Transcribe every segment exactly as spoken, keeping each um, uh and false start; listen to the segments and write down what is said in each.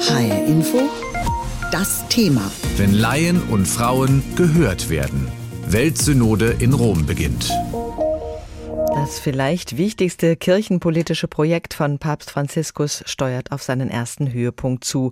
H R Info, das Thema. Wenn Laien und Frauen gehört werden. Weltsynode in Rom beginnt. Das vielleicht wichtigste kirchenpolitische Projekt von Papst Franziskus steuert auf seinen ersten Höhepunkt zu.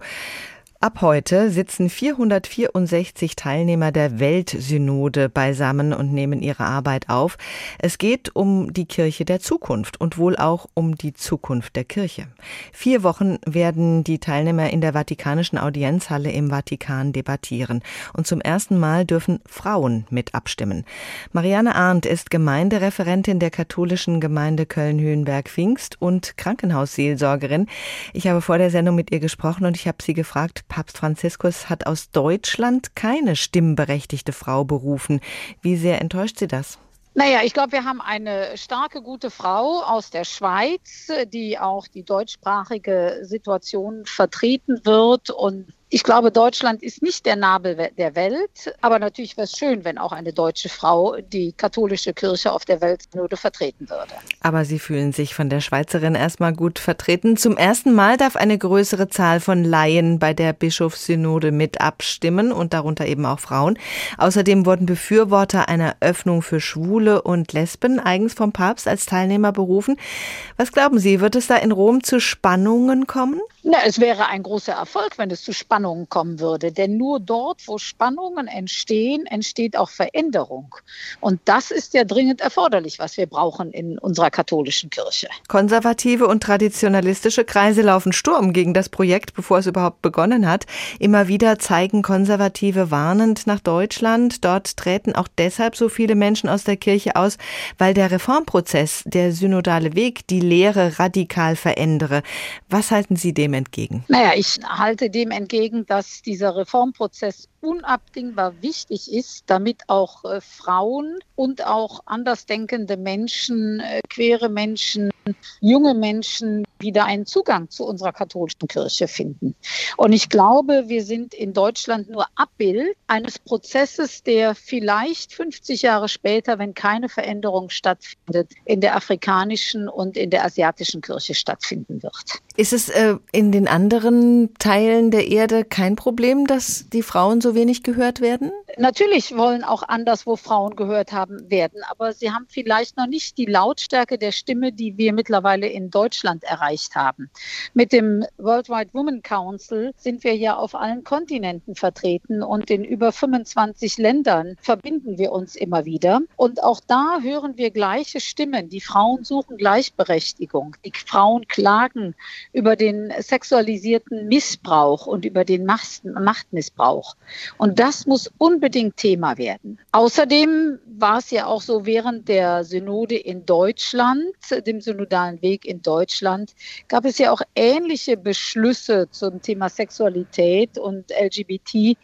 Ab heute sitzen vierhundertvierundsechzig Teilnehmer der Weltsynode beisammen und nehmen ihre Arbeit auf. Es geht um die Kirche der Zukunft und wohl auch um die Zukunft der Kirche. Vier Wochen werden die Teilnehmer in der Vatikanischen Audienzhalle im Vatikan debattieren. Und zum ersten Mal dürfen Frauen mit abstimmen. Marianne Arndt ist Gemeindereferentin der katholischen Gemeinde Köln-Hühnberg-Pfingst und Krankenhausseelsorgerin. Ich habe vor der Sendung mit ihr gesprochen und ich habe sie gefragt, Papst Franziskus hat aus Deutschland keine stimmberechtigte Frau berufen. Wie sehr enttäuscht Sie das? Naja, ich glaube, wir haben eine starke, gute Frau aus der Schweiz, die auch die deutschsprachige Situation vertreten wird. Und ich glaube, Deutschland ist nicht der Nabel der Welt, aber natürlich wäre es schön, wenn auch eine deutsche Frau die katholische Kirche auf der Weltsynode vertreten würde. Aber Sie fühlen sich von der Schweizerin erstmal gut vertreten. Zum ersten Mal darf eine größere Zahl von Laien bei der Bischofssynode mit abstimmen und darunter eben auch Frauen. Außerdem wurden Befürworter einer Öffnung für Schwule und Lesben eigens vom Papst als Teilnehmer berufen. Was glauben Sie, wird es da in Rom zu Spannungen kommen? Na, es wäre ein großer Erfolg, wenn es zu Spannungen kommen würde. Denn nur dort, wo Spannungen entstehen, entsteht auch Veränderung. Und das ist ja dringend erforderlich, was wir brauchen in unserer katholischen Kirche. Konservative und traditionalistische Kreise laufen Sturm gegen das Projekt, bevor es überhaupt begonnen hat. Immer wieder zeigen Konservative warnend nach Deutschland. Dort treten auch deshalb so viele Menschen aus der Kirche aus, weil der Reformprozess, der synodale Weg, die Lehre radikal verändere. Was halten Sie dem entgegen? Naja, ich halte dem entgegen, dass dieser Reformprozess unabdingbar wichtig ist, damit auch äh, Frauen und auch andersdenkende Menschen, äh, queere Menschen, junge Menschen wieder einen Zugang zu unserer katholischen Kirche finden. Und ich glaube, wir sind in Deutschland nur Abbild eines Prozesses, der vielleicht fünfzig Jahre später, wenn keine Veränderung stattfindet, in der afrikanischen und in der asiatischen Kirche stattfinden wird. Ist es äh, in den anderen Teilen der Erde kein Problem, dass die Frauen so wenig gehört werden? Natürlich wollen auch anderswo Frauen gehört haben werden, aber sie haben vielleicht noch nicht die Lautstärke der Stimme, die wir mittlerweile in Deutschland erreicht haben. Mit dem Worldwide Women Council sind wir ja auf allen Kontinenten vertreten und in über fünfundzwanzig Ländern verbinden wir uns immer wieder. Und auch da hören wir gleiche Stimmen. Die Frauen suchen Gleichberechtigung. Die Frauen klagen über den sexualisierten Missbrauch und über den Machtmissbrauch. Und das muss unbedingt Thema werden. Außerdem war es ja auch so während der Synode in Deutschland, dem synodalen Weg in Deutschland, gab es ja auch ähnliche Beschlüsse zum Thema Sexualität und L G B T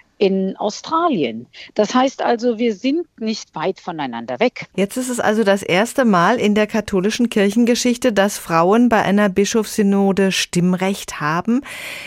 in Australien. Das heißt also, wir sind nicht weit voneinander weg. Jetzt ist es also das erste Mal in der katholischen Kirchengeschichte, dass Frauen bei einer Bischofssynode Stimmrecht haben.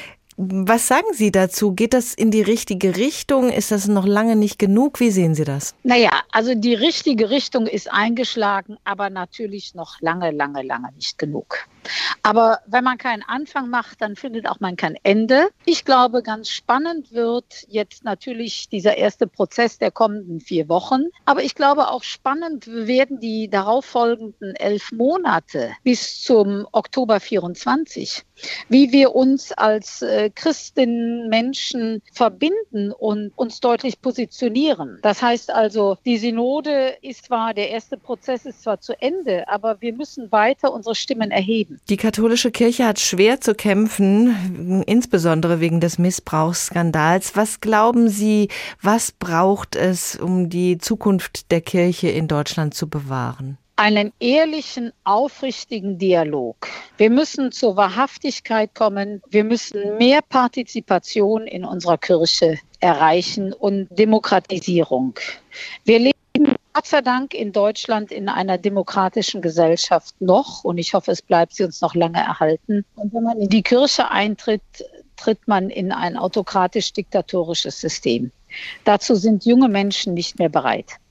Was sagen Sie dazu? Geht das in die richtige Richtung? Ist das noch lange nicht genug? Wie sehen Sie das? Naja, also die richtige Richtung ist eingeschlagen, aber natürlich noch lange, lange, lange nicht genug. Aber wenn man keinen Anfang macht, dann findet auch man kein Ende. Ich glaube, ganz spannend wird jetzt natürlich dieser erste Prozess der kommenden vier Wochen. Aber ich glaube, auch spannend werden die darauffolgenden elf Monate bis zum Oktober vierundzwanzig. Wie wir uns als äh, Christinnen, Menschen verbinden und uns deutlich positionieren. Das heißt also, die Synode ist zwar, der erste Prozess ist zwar zu Ende, aber wir müssen weiter unsere Stimmen erheben. Die katholische Kirche hat schwer zu kämpfen, insbesondere wegen des Missbrauchsskandals. Was glauben Sie, was braucht es, um die Zukunft der Kirche in Deutschland zu bewahren? Einen ehrlichen, aufrichtigen Dialog. Wir müssen zur Wahrhaftigkeit kommen. Wir müssen mehr Partizipation in unserer Kirche erreichen und Demokratisierung. Wir leben Gott sei Dank in Deutschland in einer demokratischen Gesellschaft noch und ich hoffe, es bleibt sie uns noch lange erhalten. Und wenn man in die Kirche eintritt, tritt man in ein autokratisch-diktatorisches System. Dazu sind junge Menschen nicht mehr bereit.